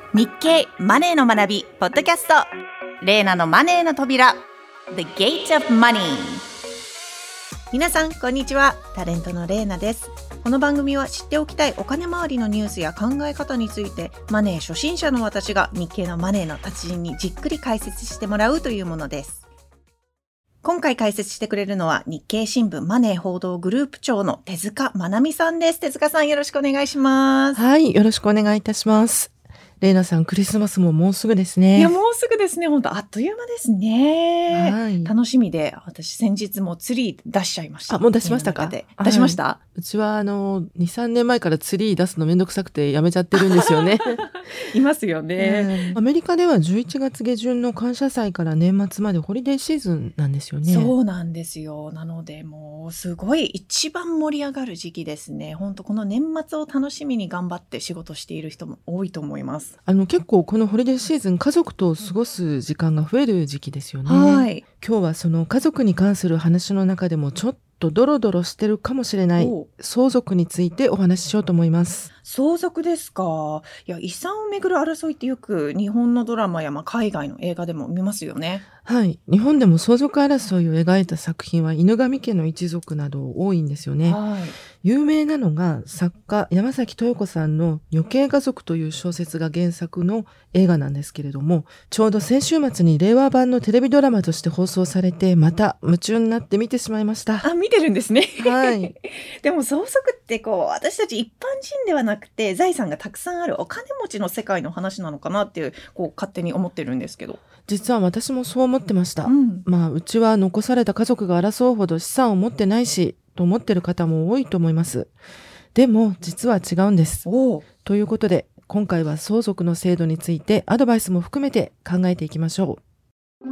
日経マネーの学びポッドキャスト、レイナのマネーの扉 The Gate of Money。 皆さんこんにちは、タレントのレイナです。この番組は知っておきたいお金回りのニュースや考え方について、マネー初心者の私が日経のマネーの達人にじっくり解説してもらうというものです。今回解説してくれるのは日経新聞マネー報道グループ長の手塚まなみさんです。手塚さん、よろしくお願いします。 はい、よろしくお願いいたします。レイナさん、クリスマスももうすぐですね。 いや、もうすぐですね。本当あっという間ですね。 はい、 楽しみで、私先日もツリー出しちゃいました。 もう出しましたか？ 出しました、 はい、うちは2、3年前からツリー出すのめんどくさくてやめちゃってるんですよね。 いますよね、 アメリカでは11月下旬の感謝祭から年末までホリデーシーズンなんですよね。 そうなんですよ。なのでもうすごい一番盛り上がる時期ですね。本当この年末を楽しみに頑張って仕事している人も多いと思います。 結構このホリデーシーズン、家族と過ごす時間が増える時期ですよね。 はい。 今日はその家族に関する話の中でもちょっとドロドロしてるかもしれない相続についてお話ししようと思います。 相続ですか。いや、遺産をめぐる争いってよく日本のドラマや海外の映画でも見ますよね。 はい、日本でも相続争いを描いた作品は犬神家の一族など多いんですよね。 はい。 有名なのが作家山崎豊子さんの女系家族という小説が原作の映画なんですけれども、ちょうど先週末に令和版のテレビドラマとして放送されて、また夢中になって見てしまいました。 見てるんですね。 はい。 でも相続って私たち一般人ではなくて財産がたくさんあるお金持ちの世界の話なのかなっていう勝手に思ってるんですけど。 実は私もそう思ってました。 うちは残された家族が争うほど資産を持ってないしと思ってる方も多いと思います。でも実は違うんです。ということで今回は相続の制度についてアドバイスも含めて考えていきましょう。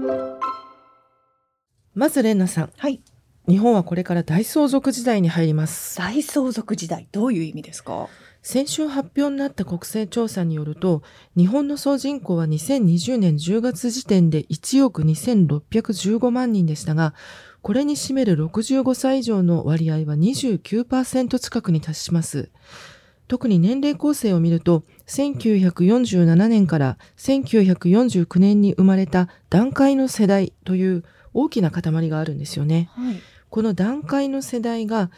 まずレンナさん、 はい、 日本はこれから大相続時代に入ります。 大相続時代、どういう意味ですか？ 先週発表になった国勢調査によると、日本の総人口は2020年10月時点で1億2615万人でしたが、これに占める65歳以上の割合は 29% 近くに達します。特に年齢構成を見ると、1947年から1949年に生まれた団塊の世代という大きな塊があるんですよね。 はい、 この団塊の世代が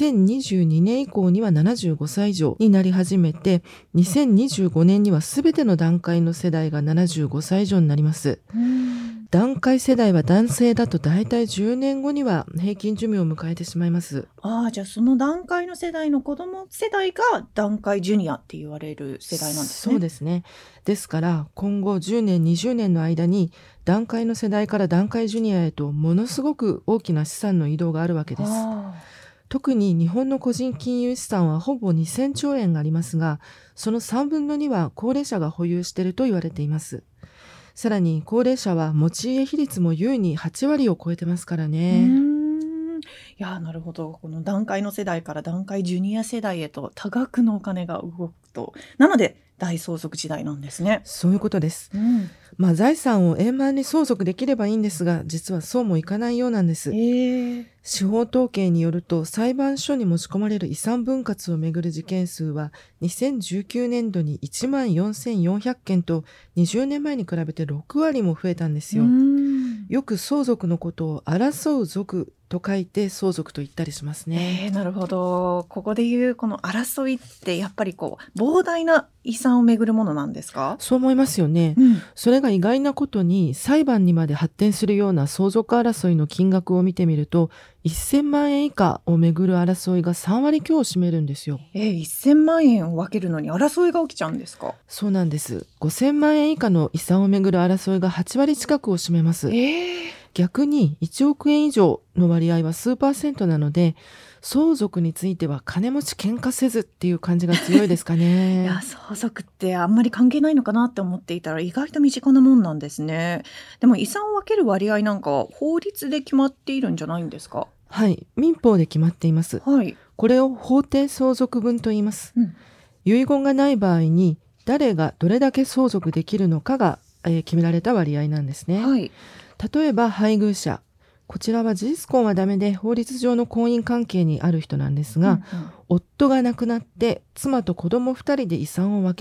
2022年以降には75歳以上になり始めて、2025年には全ての団塊の世代が75歳以上になります。団塊世代は男性だと大体10年後には平均寿命を迎えてしまいます。 じゃあその団塊の世代の子供世代が団塊ジュニアって言われる世代なんですね。 そうですね。ですから今後10年20年の間に団塊の世代から団塊ジュニアへとものすごく大きな資産の移動があるわけです。特に日本の個人金融資産はほぼ2000兆円ありますが、その3分の2は高齢者が保有していると言われています。さらに高齢者は持ち家比率も優に8割を超えてますからね。 いや、なるほど。この団塊の世代から団塊ジュニア世代へと多額のお金が動くと、なので大相続時代なんですね。 そういうことです。財産を円満に相続できればいいんですが、実はそうもいかないようなんです。司法統計によると、裁判所に持ち込まれる遺産分割をめぐる事件数は2019年度に14,400件と20年前に比べて6割も増えたんですよ。よく相続のことを争う族と書いて相続と言ったりしますね。 なるほど。ここでいうこの争いってやっぱり膨大な遺産をめぐるものなんですか？ そう思いますよね。それが意外なことに裁判にまで発展するような相続争いの金額を見てみると、1000万円以下をめぐる争いが3割強を占めるんですよ。 1000万円を分けるのに争いが起きちゃうんですか？ そうなんです。5000万円以下の遺産をめぐる争いが8割近くを占めます。逆に1億円以上の割合は数%なので、相続については金持ち喧嘩せずっていう感じが強いですかね。 いや、相続ってあんまり関係ないのかなって思っていたら意外と身近なもんなんですね。でも遺産を分ける割合なんか法律で決まっているんじゃないんですか？ はい、民法で決まっています。これを法定相続分と言います。遺言がない場合に誰がどれだけ相続できるのかが、決められた割合なんですね。例えば配偶者、こちらは事実婚はダメで法律上の婚姻関係にある人なんですが、夫が亡くなって妻と子供2人で遺産を分ける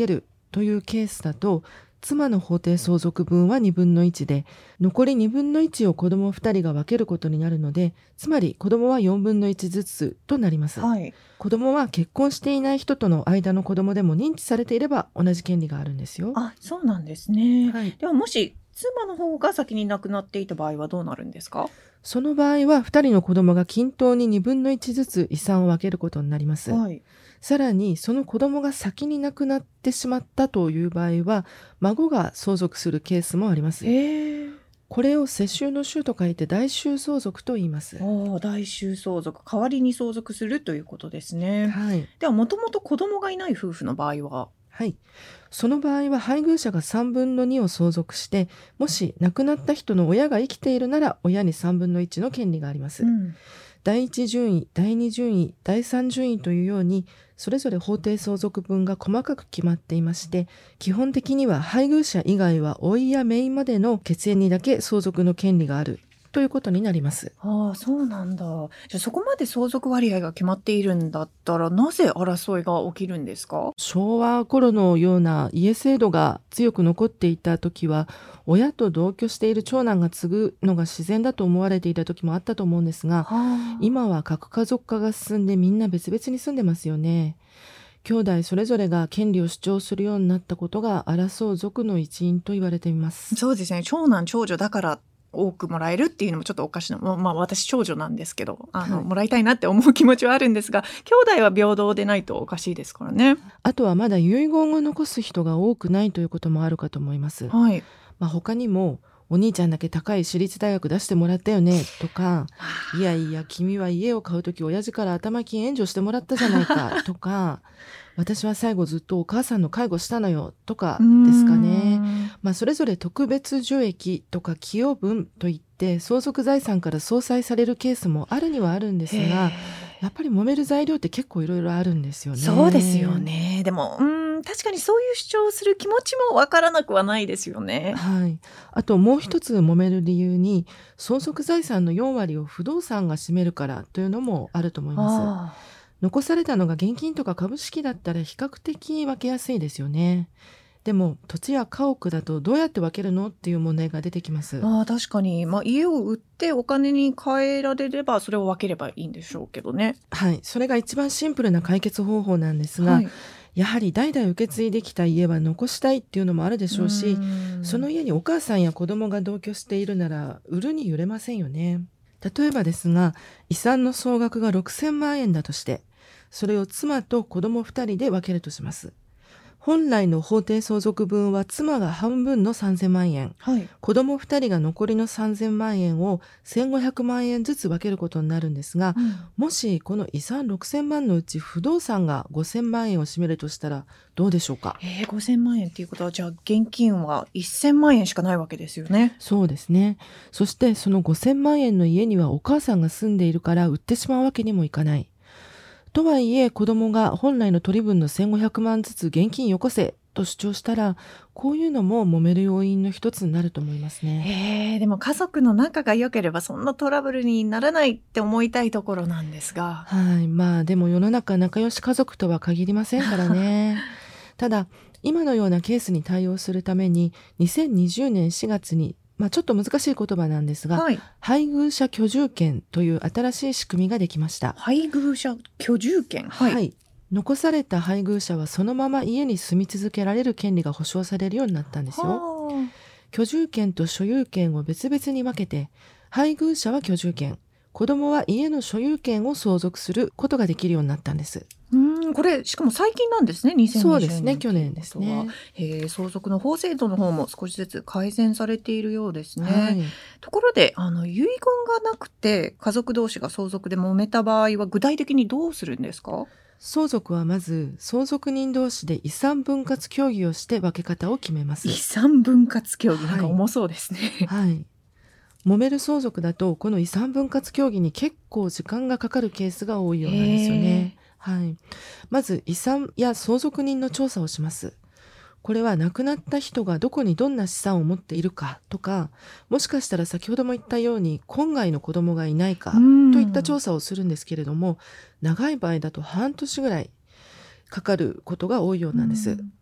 というケースだと、妻の法定相続分は2分の1で、残り2分の1を子供2人が分けることになるので、つまり子供は4分の1ずつとなります。 はい。 子供は結婚していない人との間の子供でも認知されていれば同じ権利があるんですよ。 あ、そうなんですね。 はい、 ではもし妻の方が先に亡くなっていた場合はどうなるんですか？ その場合は2人の子供が均等に2分の1ずつ遺産を分けることになります。 はい。 さらにその子供が先に亡くなってしまったという場合は、孫が相続するケースもあります。 へえ。 これを世襲の襲と書いて代襲相続と言います。 代襲相続、代わりに相続するということですね。 はい、 ではもともと子供がいない夫婦の場合は？ はい、その場合は配偶者が3分の2を相続して、もし亡くなった人の親が生きているなら親に3分の1の権利があります。第1順位、第2順位、第3順位というように、それぞれ法定相続分が細かく決まっていまして、基本的には配偶者以外は甥や姪までの血縁にだけ相続の権利があるということになります。 そうなんだ。じゃあそこまで相続割合が決まっているんだったら、なぜ争いが起きるんですか？ 昭和頃のような家制度が強く残っていた時は、親と同居している長男が継ぐのが自然だと思われていた時もあったと思うんですが、今は核家族化が進んでみんな別々に住んでますよね。兄弟それぞれが権利を主張するようになったことが争う族の一因と言われています。 そうですね。長男長女だから多くもらえるっていうのもちょっとおかしな、私長女なんですけど、もらいたいなって思う気持ちはあるんですが、兄弟は平等でないとおかしいですからね。 あとはまだ遺言を残す人が多くないということもあるかと思います。 はい。 他にも、お兄ちゃんだけ高い私立大学出してもらったよねとか、いやいや君は家を買うとき親父から頭金援助してもらったじゃないかとか、私は最後ずっとお母さんの介護したのよとかですかね。それぞれ特別受益とか寄与分といって相続財産から相殺されるケースもあるにはあるんですが、やっぱり揉める材料って結構いろいろあるんですよね。 そうですよね。でも確かにそういう主張をする気持ちもわからなくはないですよね。 はい、あともう一つ揉める理由に、相続財産の4割を不動産が占めるからというのもあると思います。残されたのが現金とか株式だったら比較的分けやすいですよね。でも土地や家屋だとどうやって分けるのっていう問題が出てきます。 確かに、家を売ってお金に換えられればそれを分ければいいんでしょうけどね。 はい、それが一番シンプルな解決方法なんですが、やはり代々受け継いできた家は残したいっていうのもあるでしょうし、その家にお母さんや子供が同居しているなら売るに揺れませんよね。例えばですが、遺産の総額が6000万円だとして、それを妻と子供2人で分けるとします。本来の法定相続分は妻が半分の3000万円、子供2人が残りの3000万円を1500万円ずつ分けることになるんですが、もしこの遺産6000万のうち不動産が5000万円を占めるとしたらどうでしょうか。 5000万円っていうことは、じゃあ現金は1000万円しかないわけですよね。 そうですね。そしてその5000万円の家にはお母さんが住んでいるから売ってしまうわけにもいかない。とはいえ子供が本来の取り分の1500万ずつ現金よこせと主張したら、こういうのも揉める要因の一つになると思いますね。 でも家族の仲が良ければそんなトラブルにならないって思いたいところなんですが。 でも世の中仲良し家族とは限りませんからね。ただ今のようなケースに対応するために2020年4月にちょっと難しい言葉なんですが、配偶者居住権という新しい仕組みができました。 配偶者居住権、 残された配偶者はそのまま家に住み続けられる権利が保障されるようになったんですよ。居住権と所有権を別々に分けて、配偶者は居住権、子供は家の所有権を相続することができるようになったんです。 これしかも最近なんですね。2020年。 そうですね、去年ですね。 相続の法制度の方も少しずつ改善されているようですね。ところで遺言がなくて家族同士が相続で揉めた場合は具体的にどうするんですか？ 相続はまず相続人同士で遺産分割協議をして分け方を決めます。 遺産分割協議、なんか重そうですね。 揉める相続だとこの遺産分割協議に結構時間がかかるケースが多いようなんですよね。まず遺産や相続人の調査をします。これは亡くなった人がどこにどんな資産を持っているかとか、もしかしたら先ほども言ったように婚外の子供がいないかといった調査をするんですけれども、長い場合だと半年ぐらいかかることが多いようなんです。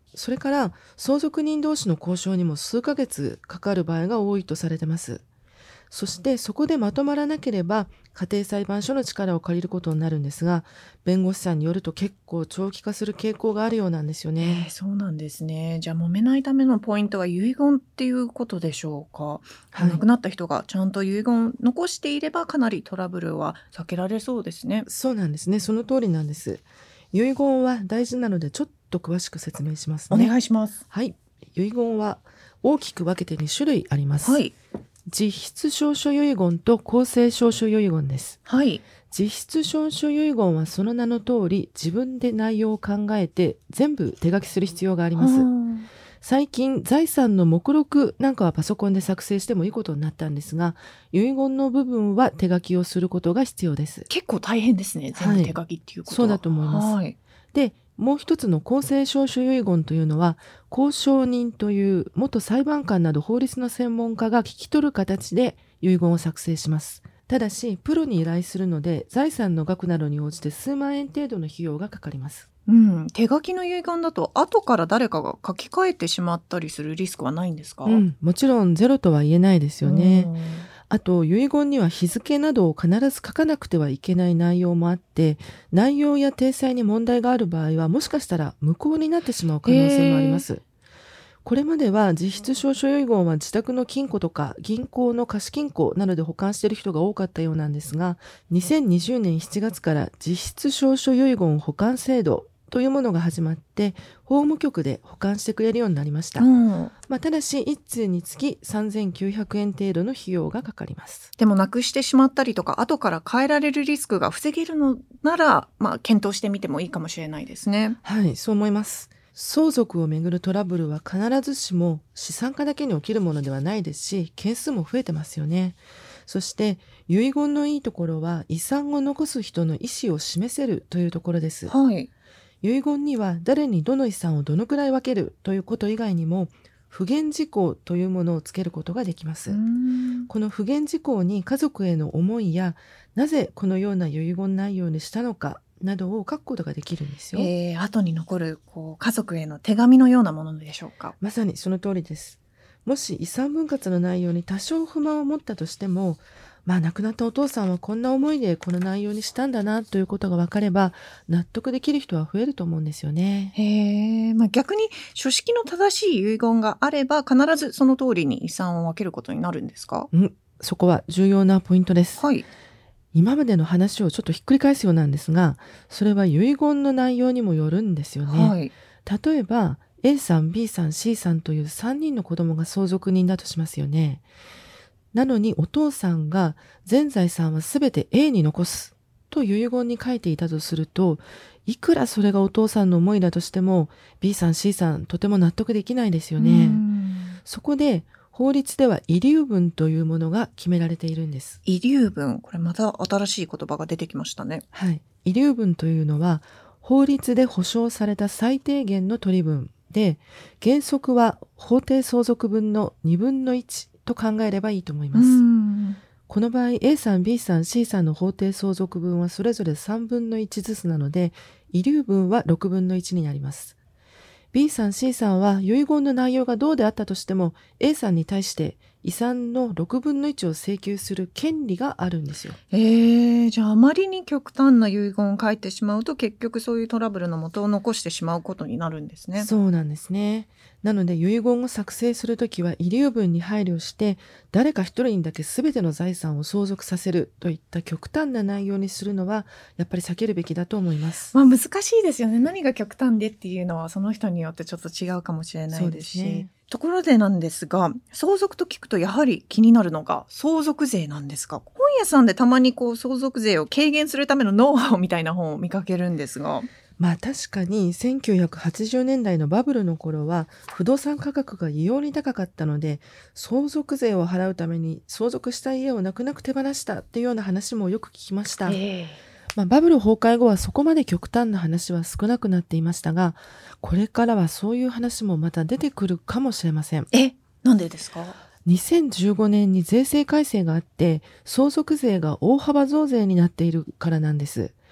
それから相続人同士の交渉にも数ヶ月かかる場合が多いとされてます。そしてそこでまとまらなければ家庭裁判所の力を借りることになるんですが、弁護士さんによると結構長期化する傾向があるようなんですよね。 そうなんですね。じゃあ揉めないためのポイントは遺言っていうことでしょうか。亡くなった人がちゃんと遺言残していればかなりトラブルは避けられそうですね。 そうなんですね。その通りなんです。遺言は大事なのでちょっと詳しく説明しますね。 お願いします。 はい。遺言は大きく分けて2種類あります。 はい。 実質証書遺言と公正証書遺言です。 はい。 実質証書遺言はその名の通り自分で内容を考えて全部手書きする必要があります。最近財産の目録なんかはパソコンで作成してもいいことになったんですが、遺言の部分は手書きをすることが必要です。 結構大変ですね。全部手書きっていうことは。 そうだと思います。 はい。 で、もう一つの公正証書遺言というのは、公証人という元裁判官など法律の専門家が聞き取る形で遺言を作成します。ただし、プロに依頼するので、財産の額などに応じて数万円程度の費用がかかります。 手書きの遺言だと後から誰かが書き換えてしまったりするリスクはないんですか？ もちろんゼロとは言えないですよね。あと遺言には日付などを必ず書かなくてはいけない内容もあって、内容や体裁に問題がある場合はもしかしたら無効になってしまう可能性もあります。これまでは実質証書遺言は自宅の金庫とか銀行の貸金庫などで保管している人が多かったようなんですが、2020年7月から実質証書遺言保管制度というものが始まって法務局で保管してくれるようになりました。ただし1通につき3900円程度の費用がかかります。 でもなくしてしまったりとか後から変えられるリスクが防げるのなら、検討してみてもいいかもしれないですね。 はい、そう思います。相続をめぐるトラブルは必ずしも資産家だけに起きるものではないですし、件数も増えてますよね。そして遺言のいいところは遺産を残す人の意思を示せるというところです。 はい。 遺言には誰にどの遺産をどのくらい分けるということ以外にも不言事項というものをつけることができます。この不言事項に家族への思いやなぜこのような遺言内容にしたのかなどを書くことができるんですよ。 後に残る家族への手紙のようなものでしょうか？ まさにその通りです。もし遺産分割の内容に多少不満を持ったとしても、亡くなったお父さんはこんな思いでこの内容にしたんだなということが分かれば納得できる人は増えると思うんですよね。 逆に書式の正しい遺言があれば必ずその通りに遺産を分けることになるんですか？ そこは重要なポイントです。 はい。 今までの話をちょっとひっくり返すようなんですが、それは遺言の内容にもよるんですよね。 はい。 例えば A さん B さん C さんという3人の子供が相続人だとしますよね。なのにお父さんが全財産はすべて A に残すと遺言に書いていたとすると、いくらそれがお父さんの思いだとしても B さん C さんとても納得できないですよね。そこで法律では遺留分というものが決められているんです。 遺留分、これまた新しい言葉が出てきましたね。 はい。遺留分というのは法律で保障された最低限の取り分で、原則は法定相続分の2分の1と考えればいいと思います。この場合 A さん B さん C さんの法定相続分はそれぞれ3分の1ずつなので、遺留分は6分の1になります。B さん C さんは遺言の内容がどうであったとしても A さんに対して遺産の6分の1を請求する権利があるんですよ。 じゃああまりに極端な遺言を書いてしまうと結局そういうトラブルの元を残してしまうことになるんですね。 そうなんですね。なので遺言を作成するときは遺留分に配慮して誰か一人にだけ全ての財産を相続させるといった極端な内容にするのはやっぱり避けるべきだと思います。 難しいですよね。何が極端でっていうのはその人によってちょっと違うかもしれないですし。そうですね。ところでなんですが、相続と聞くとやはり気になるのが相続税なんですが、本屋さんでたまに相続税を軽減するためのノウハウみたいな本を見かけるんですが、 確かに1980年代のバブルの頃は不動産価格が異様に高かったので、相続税を払うために相続した家を泣く泣く手放したっていうような話もよく聞きました。バブル崩壊後はそこまで極端な話は少なくなっていましたが、これからはそういう話もまた出てくるかもしれません。 なんでですか ？2015年に税制改正があって相続税が大幅増税になっているからなんです。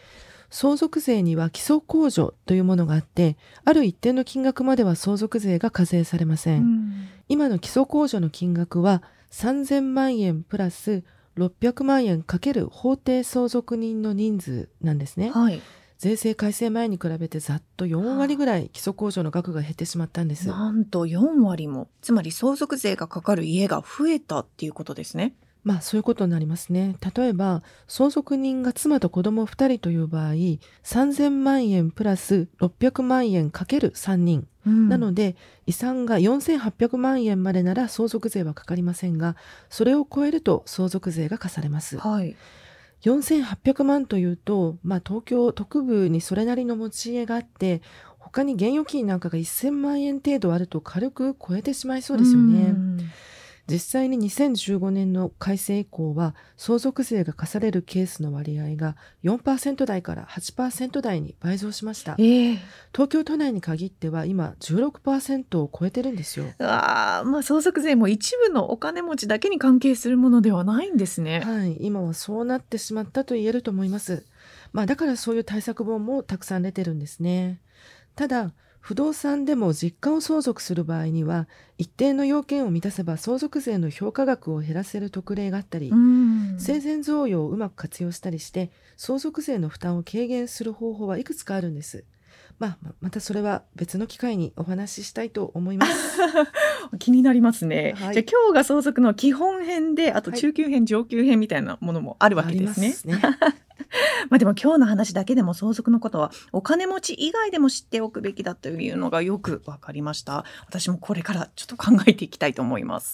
相続税には基礎控除というものがあって、ある一定の金額までは相続税が課税されません。今の基礎控除の金額は3000万円プラス600万円かける法定相続人の人数なんですね。 はい。 税制改正前に比べてざっと4割ぐらい基礎控除の額が減ってしまったんです。 なんと4割も。つまり相続税がかかる家が増えたっていうことですね。 まあそういうことになりますね。例えば相続人が妻と子供2人という場合、3000万円プラス600万円かける3人。なので遺産が4800万円までなら相続税はかかりませんが、それを超えると相続税が課されます。 はい。 4800万というと、東京特部にそれなりの持ち家があって、他に現預金なんかが1000万円程度あると軽く超えてしまいそうですよね。実際に2015年の改正以降は相続税が課されるケースの割合が 4% 台から 8% 台に倍増しました。東京都内に限っては今 16% を超えてるんですよ。 相続税も一部のお金持ちだけに関係するものではないんですね。 はい、今はそうなってしまったと言えると思います。だからそういう対策本もたくさん出てるんですね。ただ不動産でも実家を相続する場合には一定の要件を満たせば相続税の評価額を減らせる特例があったり、生前贈与をうまく活用したりして相続税の負担を軽減する方法はいくつかあるんです。またそれは別の機会にお話ししたいと思います。 気になりますね。 はい、 じゃあ今日が相続の基本編で、あと中級編、上級編みたいなものもあるわけですね。でも今日の話だけでも相続のことはお金持ち以外でも知っておくべきだというのがよくわかりました。私もこれからちょっと考えていきたいと思います。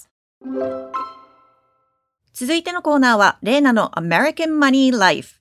続いてのコーナーはレーナの American Money Life。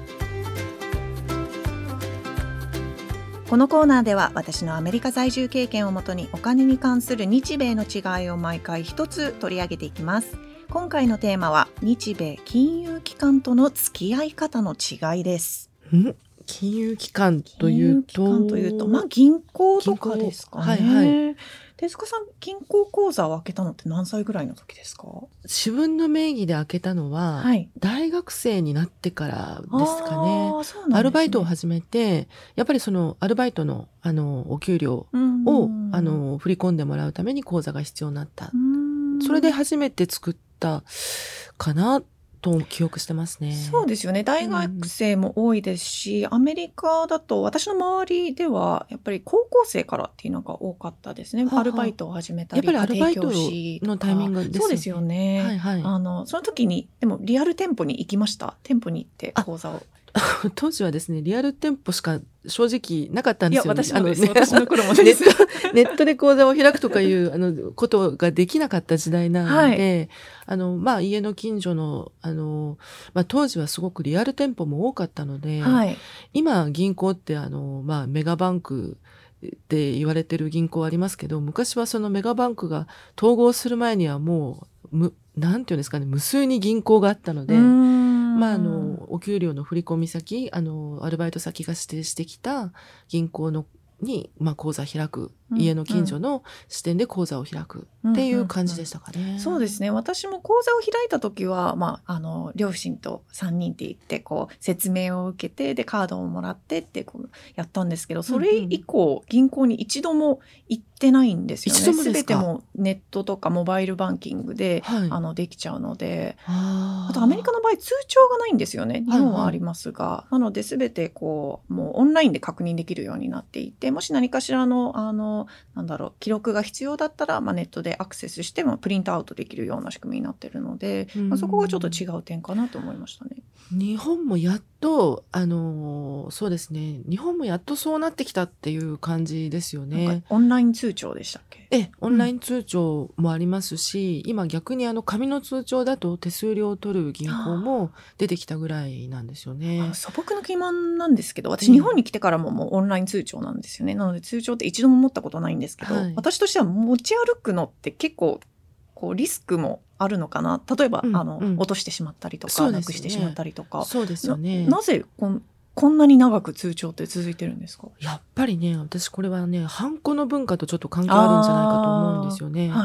このコーナーでは私のアメリカ在住経験をもとにお金に関する日米の違いを毎回一つ取り上げていきます。今回のテーマは日米金融機関との付き合い方の違いです。 金融機関というと銀行とかですかね。 はいはい。 手塚さん、銀行口座を開けたのって何歳ぐらいの時ですか？ 自分の名義で開けたのは、大学生になってからですかね。アルバイトを始めて、やっぱりそのアルバイトのお給料を振り込んでもらうために口座が必要になった。それで初めて作ったかなと記憶してますね。 そうですよね。大学生も多いですし、アメリカだと私の周りではやっぱり高校生からっていうのが多かったですね。アルバイトを始めたり、 やっぱりアルバイトのタイミングですよね。 そうですよね。その時にでもリアル店舗に行きました。店舗に行って口座を。 当時はですね、リアル店舗しか正直なかったんですよね。 私の頃もです。 ネットで口座を開くとかいうことができなかった時代なので、家の近所の当時はすごくリアル店舗も多かったので、今銀行ってメガバンクって言われてる銀行ありますけど、昔はそのメガバンクが統合する前にはもうなんていうんですかね、無数に銀行があったので、お給料の振込先、アルバイト先が指定してきた銀行に口座開く、家の近所の支店で口座を開くっていう感じでしたかね。 そうですね。私も口座を開いた時は、両親と3人で行って説明を受けて、でカードをもらってってやったんですけど、それ以降銀行に一度も行ってないんですよね。すべてもネットとかモバイルバンキングで、できちゃうので、あとアメリカの場合通帳がないんですよね。日本はありますが、なので全てもうオンラインで確認できるようになっていて、もし何かしらの記録が必要だったら、ネットでアクセスしてもプリントアウトできるような仕組みになっているので、そこがちょっと違う点かなと思いましたね。 日本もやっとそうですね、日本もやっとそうなってきたっていう感じですよね。 オンライン通帳でしたっけ？ オンライン通帳もありますし、今逆に紙の通帳だと手数料を取る銀行も出てきたぐらいなんですよね。 素朴な疑問なんですけど、私日本に来てからもうオンライン通帳なんですよね。なので通帳って一度も持ったことないんですけど、私としては持ち歩くのって結構リスクもあるのかな。例えば、落としてしまったりとか、なくしてしまったりとか。 そうですよね。 なぜこんなに長く通帳って続いてるんですか？ やっぱりね、私これはね、ハンコの文化とちょっと関係あるんじゃないかと思うんですよね。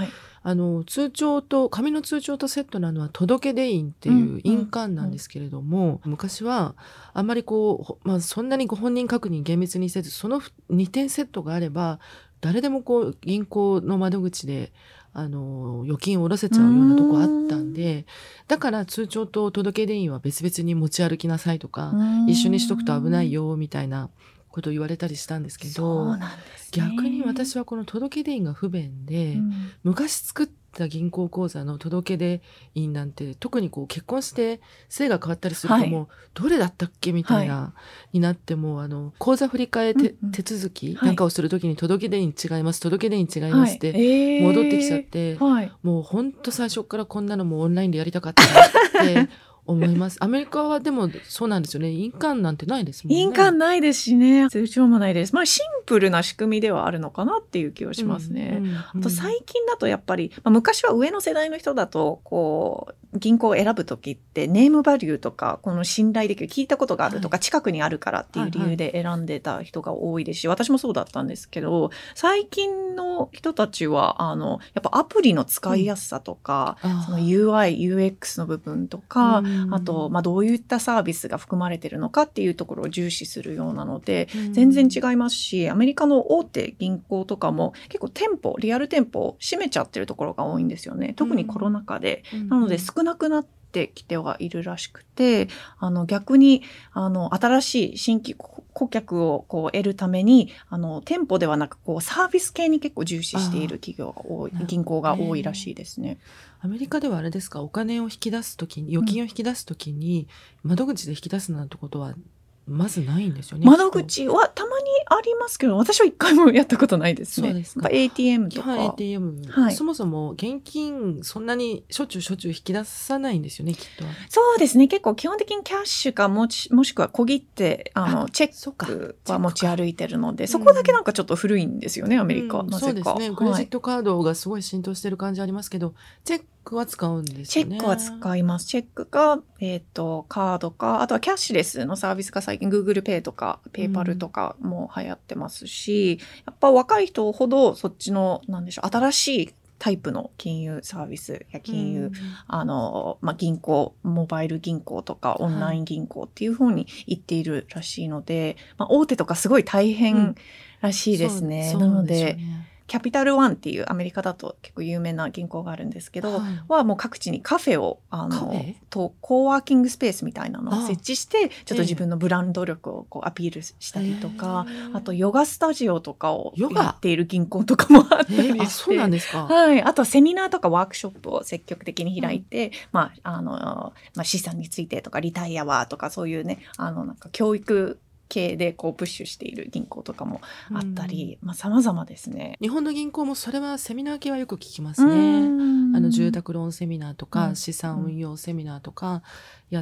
通帳と紙の通帳とセットなのは届け出印っていう印鑑なんですけれども、昔はあんまりそんなにご本人確認厳密にせず、その2点セットがあれば誰でも銀行の窓口で預金を下ろせちゃうようなとこあったんで、だから通帳と届け出印は別々に持ち歩きなさいとか、一緒にしとくと危ないよみたいなことを言われたりしたんですけど、逆に私はこの届け出印が不便で、昔作った銀行口座の届け出印なんて、特に結婚して姓が変わったりするともうどれだったっけみたいな、になっても口座振り替え手続きなんかをするときに届け出印違います届け出印違いますって戻ってきちゃって、もうほんと最初からこんなのもオンラインでやりたかったなって思います。アメリカはでもそうなんですよね。印鑑なんてないですもんね。 印鑑ないですしね。通帳もないです。シンプルな仕組みではあるのかなっていう気はしますね。あと最近だとやっぱり、昔は上の世代の人だと銀行を選ぶときってネームバリューとかこの信頼できる聞いたことがあるとか、近くにあるからっていう理由で選んでた人が多いですし、私もそうだったんですけど、最近の人たちはやっぱアプリの使いやすさとか、その UI、UX の部分とか、あと、どういったサービスが含まれているのかっていうところを重視するようなので、全然違いますし、アメリカの大手銀行とかも結構リアル店舗を閉めちゃってるところが多いんですよね。特にコロナ禍で。なので少なくなってきてはいるらしくて、逆に新しい新規顧客を得るために店舗ではなくサービス系に結構重視している企業が多い、銀行が多いらしいですね。 アメリカではあれですか、お金を引き出すときに、預金を引き出すときに、窓口で引き出すなんてことはまずないんですよね。 窓口はたまにありますけど、私は一回もやったことないですね。 そうですか。 ATM とか。 ATM、そもそも現金そんなにしょっちゅう引き出さないんですよね、きっと。 そうですね。結構基本的にキャッシュかもしくは小切手チェックは持ち歩いてるので、そこだけなんかちょっと古いんですよね、アメリカ。なぜか。 そうですね。クレジットカードがすごい浸透してる感じありますけど、チェックは使うんですよね。 チェックは使います。チェックか、カードか、あとはキャッシュレスのサービスが最近 Google Pay とか PayPal とかも流行ってますし、やっぱ若い人ほどそっちの新しいタイプの金融サービスや金融、銀行、モバイル銀行とかオンライン銀行っていう風に言っているらしいので、大手とかすごい大変らしいですね。なのでキャピタルワンっていうアメリカだと結構有名な銀行があるんですけど、はもう各地にカフェをとコーワーキングスペースみたいなのを設置してちょっと自分のブランド力をアピールしたりとか、あとヨガスタジオとかをやっている銀行とかもあったりして、 そうなんですか。 あとセミナーとかワークショップを積極的に開いて、資産についてとかリタイアはとかそういうねなんか教育系でプッシュしている銀行とかもあったり、様々ですね。 日本の銀行もそれはセミナー系はよく聞きますね。住宅ローンセミナーとか、資産運用セミナーとかやって、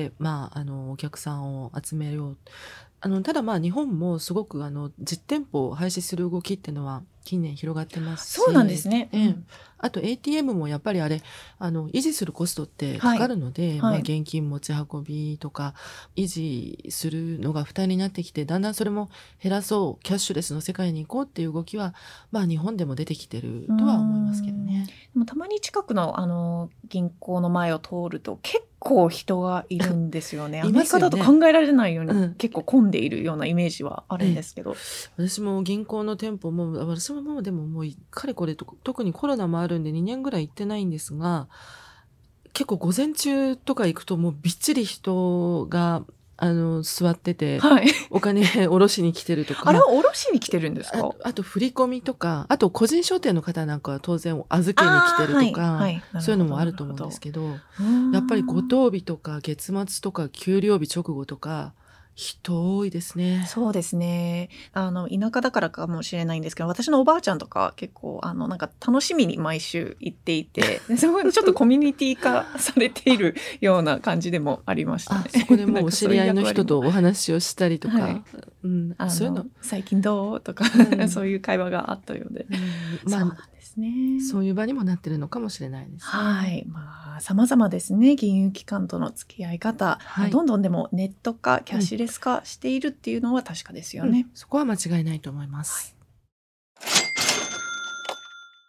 お客さんを集めよう。ただ日本もすごく実店舗を廃止する動きっていうのは近年広がってますし。 そうなんですね。 あと ATM もやっぱりあれ維持するコストってかかるので、現金持ち運びとか維持するのが負担になってきて、だんだんそれも減らそう、キャッシュレスの世界に行こうっていう動きは日本でも出てきてるとは思いますけどね。 でもたまに近くの銀行の前を通ると結構人がいるんですよね。アメリカだと考えられないように結構混んでいるようなイメージはあるんですけど、 私も銀行の店舗も私もでももうかれこれ特にコロナもあるんで2年ぐらい行ってないんですが、結構午前中とか行くともうびっちり人が座ってて、お金下ろしに来てるとか。 あれは下ろしに来てるんですか？ あと振り込みとか、あと個人商店の方なんかは当然預けに来てるとか、そういうのもあると思うんですけど、やっぱり五等日とか月末とか給料日直後とか人多いですね。 そうですね。田舎だからかもしれないんですけど、私のおばあちゃんとか結構なんか楽しみに毎週行っていて、すごいちょっとコミュニティ化されているような感じでもありましたね。 そこでもうお知り合いの人とお話をしたりとか、そういうの最近どうとか、そういう会話があったようで、そうなんですね。 そういう場にもなってるのかもしれないですね。 はい、様々ですね。金融機関との付き合い方、どんどんでもネット化、キャッシュレス化しているっていうのは確かですよね。 そこは間違いないと思います。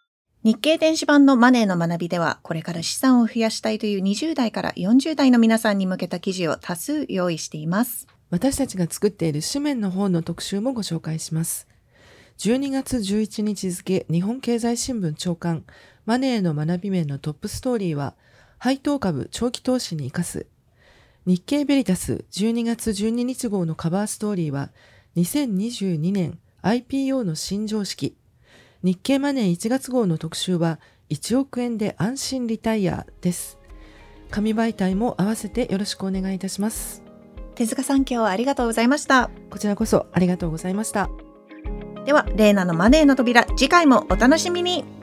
日経電子版のマネーの学びでは、これから資産を増やしたいという20代から40代の皆さんに向けた記事を多数用意しています。 私たちが作っている紙面の方の特集もご紹介します。12月11日付日本経済新聞朝刊マネーの学び面のトップストーリーは、配当株長期投資に生かす。日経ベリタス12月12日号のカバーストーリーは、2022年 IPO の新常識。日経マネー1月号の特集は、1億円で安心リタイアです。紙媒体も合わせてよろしくお願いいたします。 手塚さん、今日はありがとうございました。 こちらこそありがとうございました。 では、レイナのマネーの扉、次回もお楽しみに。